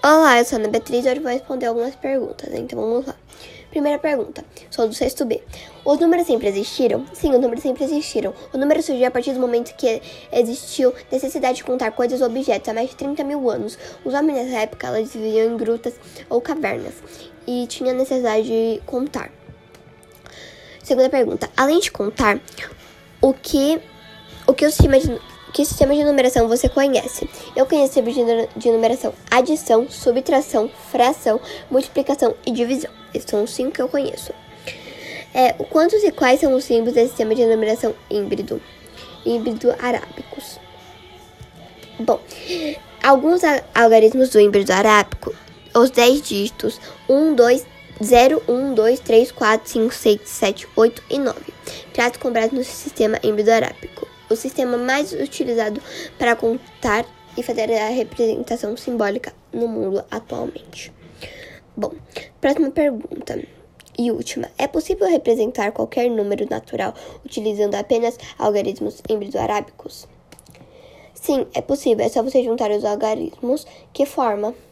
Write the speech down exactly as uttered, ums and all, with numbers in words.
Olá, eu sou a Ana Beatriz e hoje vou responder algumas perguntas, então vamos lá. Primeira pergunta, sou do sexto B. Os números sempre existiram? Sim, os números sempre existiram. O número surgiu a partir do momento que existiu necessidade de contar coisas ou objetos há mais de trinta mil anos. Os homens nessa época, elas viviam em grutas ou cavernas e tinham necessidade de contar. Segunda pergunta, além de contar, o que, o que o sistema de... Que sistema de numeração você conhece? Eu conheço tipos de numeração: adição, subtração, fração, multiplicação e divisão. Esses são os cinco que eu conheço. É, quantos e quais são os símbolos desse sistema de numeração híbrido? Híbrido arábicos. Bom, alguns algarismos do híbrido arábico, os dez dígitos um, dois, zero, um, dois, três, quatro, cinco, seis, sete, oito e nove, criados com base no sistema híbrido arábico. O sistema mais utilizado para contar e fazer a representação simbólica no mundo atualmente. Bom, próxima pergunta e última. É possível representar qualquer número natural utilizando apenas algarismos híbrido-arábicos? Sim, é possível. É só você juntar os algarismos que forma